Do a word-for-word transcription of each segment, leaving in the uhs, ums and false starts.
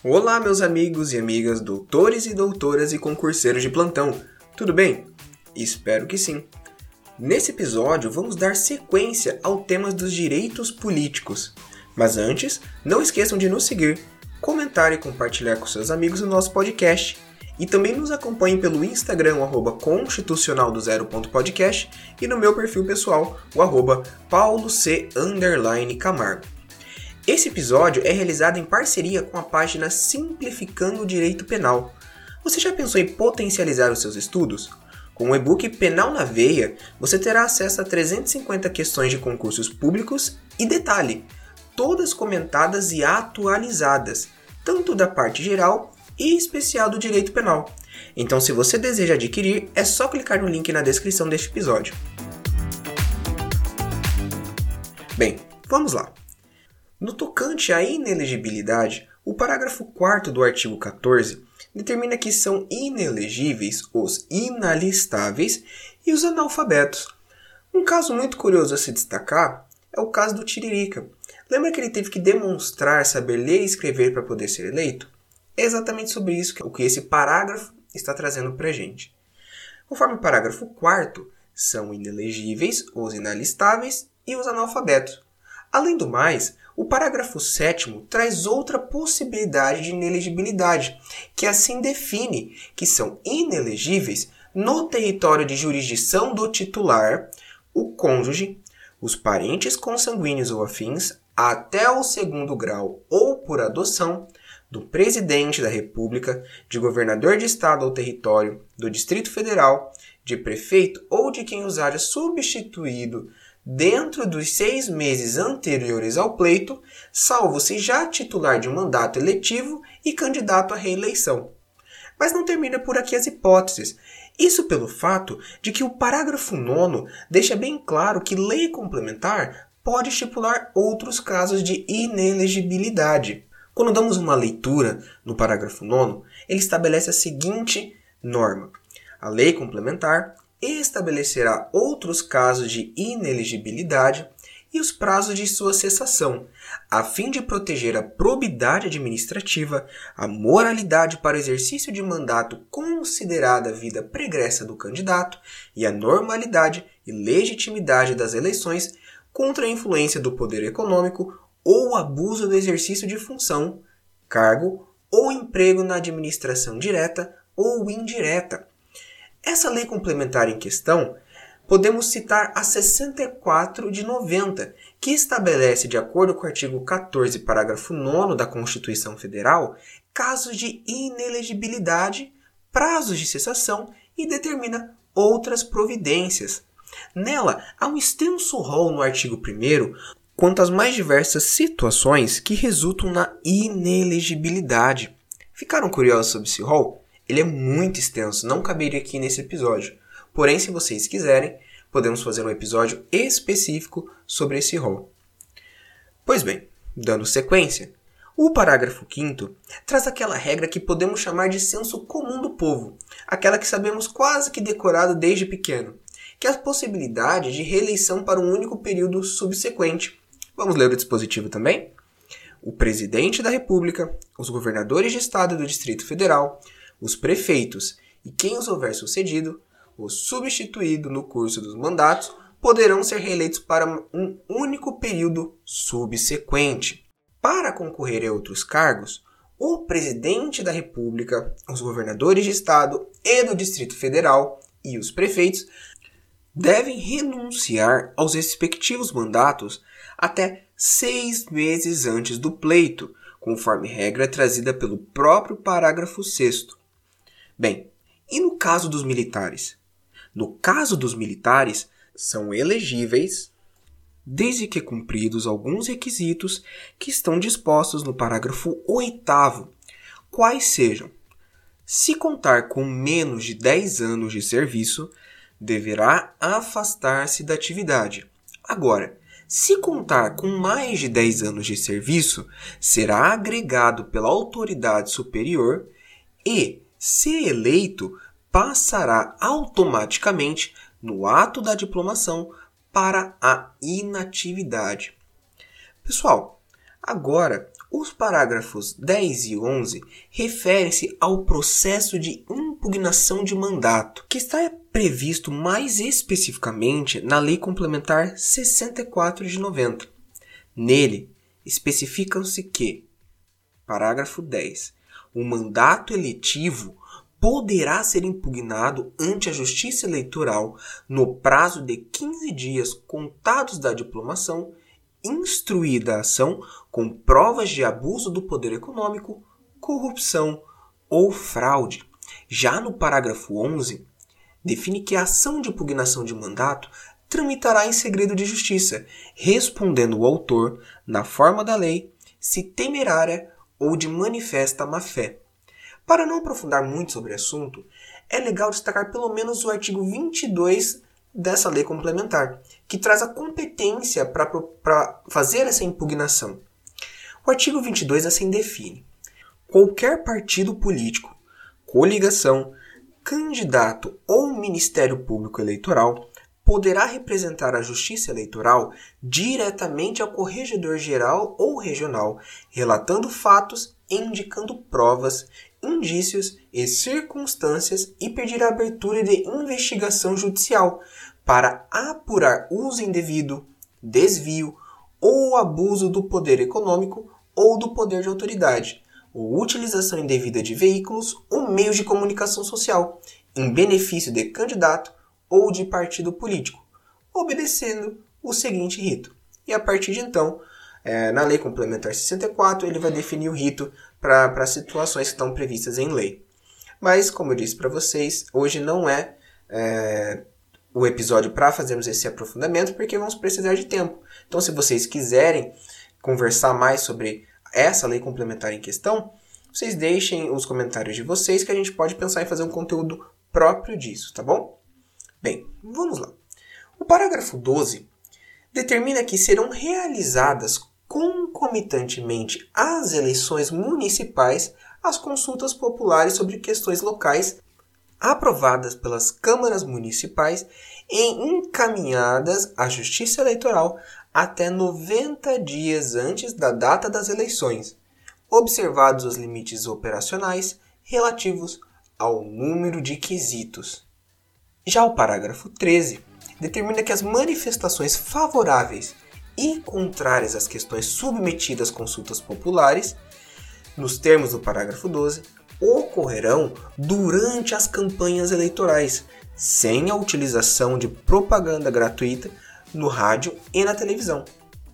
Olá, meus amigos e amigas, doutores e doutoras e concurseiros de plantão. Tudo bem? Espero que sim. Nesse episódio, vamos dar sequência ao tema dos direitos políticos. Mas antes, não esqueçam de nos seguir, comentar e compartilhar com seus amigos o nosso podcast. E também nos acompanhem pelo Instagram, o arroba constitucional do zero ponto podcast, e no meu perfil pessoal, o arroba pauloc underline camargo. Esse episódio é realizado em parceria com a página Simplificando o Direito Penal. Você já pensou em potencializar os seus estudos? Com o e-book Penal na Veia, você terá acesso a trezentas e cinquenta questões de concursos públicos e, detalhe, todas comentadas e atualizadas, tanto da parte geral e especial do direito penal. Então, se você deseja adquirir, é só clicar no link na descrição deste episódio. Bem, vamos lá. No tocante à inelegibilidade, o parágrafo quarto do artigo quatorze determina que são inelegíveis os inalistáveis e os analfabetos. Um caso muito curioso a se destacar é o caso do Tiririca. Lembra que ele teve que demonstrar saber ler e escrever para poder ser eleito? É exatamente sobre isso que, o que esse parágrafo está trazendo para a gente. Conforme o parágrafo quarto, são inelegíveis os inalistáveis e os analfabetos. Além do mais, o parágrafo sétimo traz outra possibilidade de inelegibilidade, que assim define que são inelegíveis no território de jurisdição do titular, o cônjuge, os parentes consanguíneos ou afins, até o segundo grau ou por adoção, do presidente da República, de governador de estado ou território, do Distrito Federal, de prefeito ou de quem os haja substituído dentro dos seis meses anteriores ao pleito, salvo se já titular de um mandato eletivo e candidato à reeleição. Mas não termina por aqui as hipóteses. Isso pelo fato de que o parágrafo nono deixa bem claro que lei complementar pode estipular outros casos de inelegibilidade. Quando damos uma leitura no parágrafo nono, ele estabelece a seguinte norma. A lei complementar estabelecerá outros casos de inelegibilidade e os prazos de sua cessação, a fim de proteger a probidade administrativa, a moralidade para o exercício de mandato considerada a vida pregressa do candidato e a normalidade e legitimidade das eleições contra a influência do poder econômico ou abuso do exercício de função, cargo ou emprego na administração direta ou indireta. Essa lei complementar em questão, podemos citar a sessenta e quatro de noventa, que estabelece, de acordo com o artigo quatorze, parágrafo nono da Constituição Federal, casos de inelegibilidade, prazos de cessação e determina outras providências. Nela, há um extenso rol no artigo primeiro quanto às mais diversas situações que resultam na inelegibilidade. Ficaram curiosos sobre esse rol? Ele é muito extenso, não caberia aqui nesse episódio. Porém, se vocês quiserem, podemos fazer um episódio específico sobre esse rol. Pois bem, dando sequência, o parágrafo quinto traz aquela regra que podemos chamar de senso comum do povo, aquela que sabemos quase que decorado desde pequeno, que é a possibilidade de reeleição para um único período subsequente. Vamos ler o dispositivo também? O presidente da República, os governadores de estado e do Distrito Federal, os prefeitos e quem os houver sucedido ou substituído no curso dos mandatos poderão ser reeleitos para um único período subsequente. Para concorrer a outros cargos, o presidente da República, os governadores de estado e do Distrito Federal e os prefeitos devem renunciar aos respectivos mandatos até seis meses antes do pleito, conforme regra trazida pelo próprio parágrafo sexto. Bem, e no caso dos militares? No caso dos militares, são elegíveis desde que cumpridos alguns requisitos que estão dispostos no parágrafo oitavo, quais sejam: se contar com menos de dez anos de serviço, deverá afastar-se da atividade. Agora, se contar com mais de dez anos de serviço, será agregado pela autoridade superior e, se eleito, passará automaticamente no ato da diplomação para a inatividade. Pessoal, Agora, os parágrafos dez e onze referem-se ao processo de impugnação de mandato, que está previsto mais especificamente na Lei Complementar sessenta e quatro de noventa. Nele, especificam-se que, parágrafo dez, o mandato eletivo poderá ser impugnado ante a Justiça Eleitoral no prazo de quinze dias contados da diplomação, instruída a ação com provas de abuso do poder econômico, corrupção ou fraude. Já no parágrafo onze, define que a ação de impugnação de mandato tramitará em segredo de justiça, respondendo o autor, na forma da lei, se temerária ou de manifesta má-fé. Para não aprofundar muito sobre o assunto, é legal destacar pelo menos o artigo vinte e dois dessa lei complementar, que traz a competência para fazer essa impugnação. O artigo vinte e dois assim define: qualquer partido político, coligação, candidato ou Ministério Público Eleitoral poderá representar a Justiça Eleitoral diretamente ao Corregedor-Geral ou Regional, relatando fatos e indicando provas, indícios e circunstâncias e pedir a abertura de investigação judicial para apurar uso indevido, desvio ou abuso do poder econômico ou do poder de autoridade, ou utilização indevida de veículos ou meios de comunicação social, em benefício de candidato ou de partido político, obedecendo o seguinte rito. E a partir de então, é, na Lei Complementar sessenta e quatro, ele vai definir o rito para situações que estão previstas em lei. Mas, como eu disse para vocês, hoje não é, é o episódio para fazermos esse aprofundamento, porque vamos precisar de tempo. Então, se vocês quiserem conversar mais sobre essa lei complementar em questão, vocês deixem os comentários de vocês que a gente pode pensar em fazer um conteúdo próprio disso, tá bom? Bem, vamos lá. O parágrafo doze determina que serão realizadas concomitantemente às eleições municipais as consultas populares sobre questões locais aprovadas pelas câmaras municipais e encaminhadas à Justiça Eleitoral até noventa dias antes da data das eleições, observados os limites operacionais relativos ao número de quesitos. Já o parágrafo treze determina que as manifestações favoráveis e contrárias às questões submetidas às consultas populares, nos termos do parágrafo doze, ocorrerão durante as campanhas eleitorais, sem a utilização de propaganda gratuita no rádio e na televisão.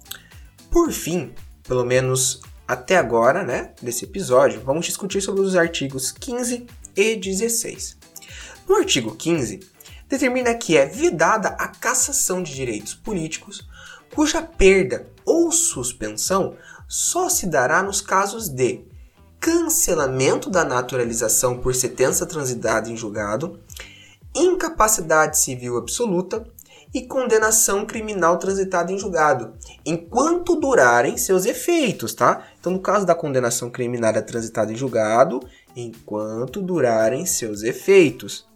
Por fim, pelo menos até agora, né, desse episódio, vamos discutir sobre os artigos quinze e dezesseis. No artigo quinze, determina que é vedada a cassação de direitos políticos, cuja perda ou suspensão só se dará nos casos de cancelamento da naturalização por sentença transitada em julgado, incapacidade civil absoluta e condenação criminal transitada em julgado, enquanto durarem seus efeitos, tá? Então, no caso da condenação criminal transitada em julgado, enquanto durarem seus efeitos.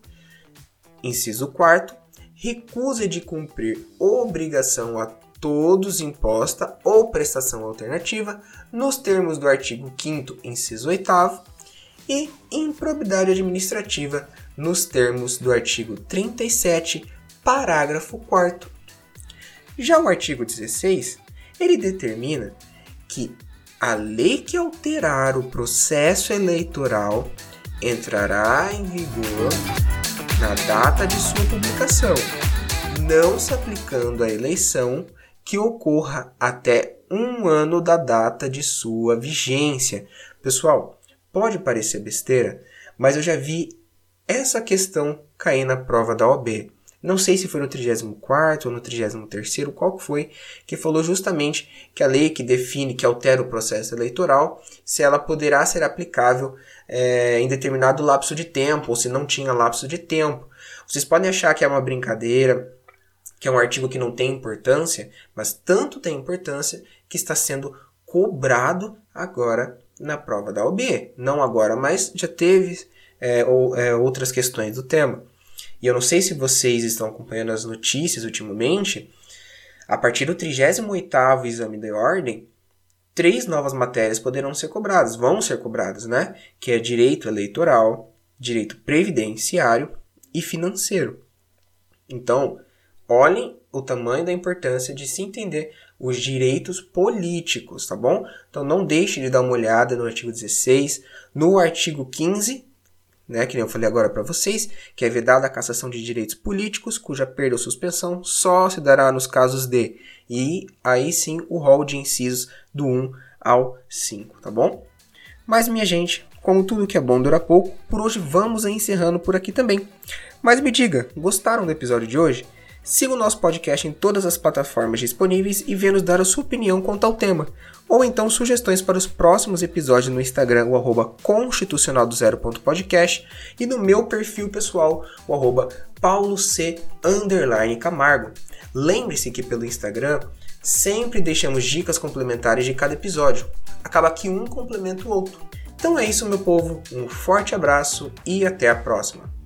Inciso quarto, recusa de cumprir obrigação a todos imposta ou prestação alternativa nos termos do artigo quinto, inciso oitavo, e improbidade administrativa nos termos do artigo trinta e sete, parágrafo quarto. Já o artigo dezesseis, ele determina que a lei que alterar o processo eleitoral entrará em vigor na data de sua publicação, não se aplicando à eleição que ocorra até um ano da data de sua vigência. Pessoal, pode parecer besteira, mas eu já vi essa questão cair na prova da O A B. Não sei se foi no trigésimo quarto ou no trigésimo terceiro, qual que foi, que falou justamente que a lei que define, que altera o processo eleitoral, se ela poderá ser aplicável é, em determinado lapso de tempo, ou se não tinha lapso de tempo. Vocês podem achar que é uma brincadeira, que é um artigo que não tem importância, mas tanto tem importância que está sendo cobrado agora na prova da O A B. Não agora, mas já teve é, ou, é, outras questões do tema. E eu não sei se vocês estão acompanhando as notícias ultimamente, a partir do trigésimo oitavo exame de ordem, três novas matérias poderão ser cobradas, vão ser cobradas, né? Que é direito eleitoral, direito previdenciário e financeiro. Então, olhem o tamanho da importância de se entender os direitos políticos, tá bom? Então não deixe de dar uma olhada no artigo dezesseis, no artigo quinze, né, que nem eu falei agora para vocês, que é vedada a cassação de direitos políticos, cuja perda ou suspensão só se dará nos casos de... E aí sim o rol de incisos do um ao cinco, tá bom? Mas, minha gente, como tudo que é bom dura pouco, por hoje vamos encerrando por aqui também. Mas me diga, gostaram do episódio de hoje? Siga o nosso podcast em todas as plataformas disponíveis e venha nos dar a sua opinião quanto ao tema. Ou então sugestões para os próximos episódios no Instagram, o arroba constitucional do zero ponto podcast, e no meu perfil pessoal, o arroba pauloc underline camargo. Lembre-se que pelo Instagram sempre deixamos dicas complementares de cada episódio. Acaba que um complementa o outro. Então é isso, meu povo. Um forte abraço e até a próxima.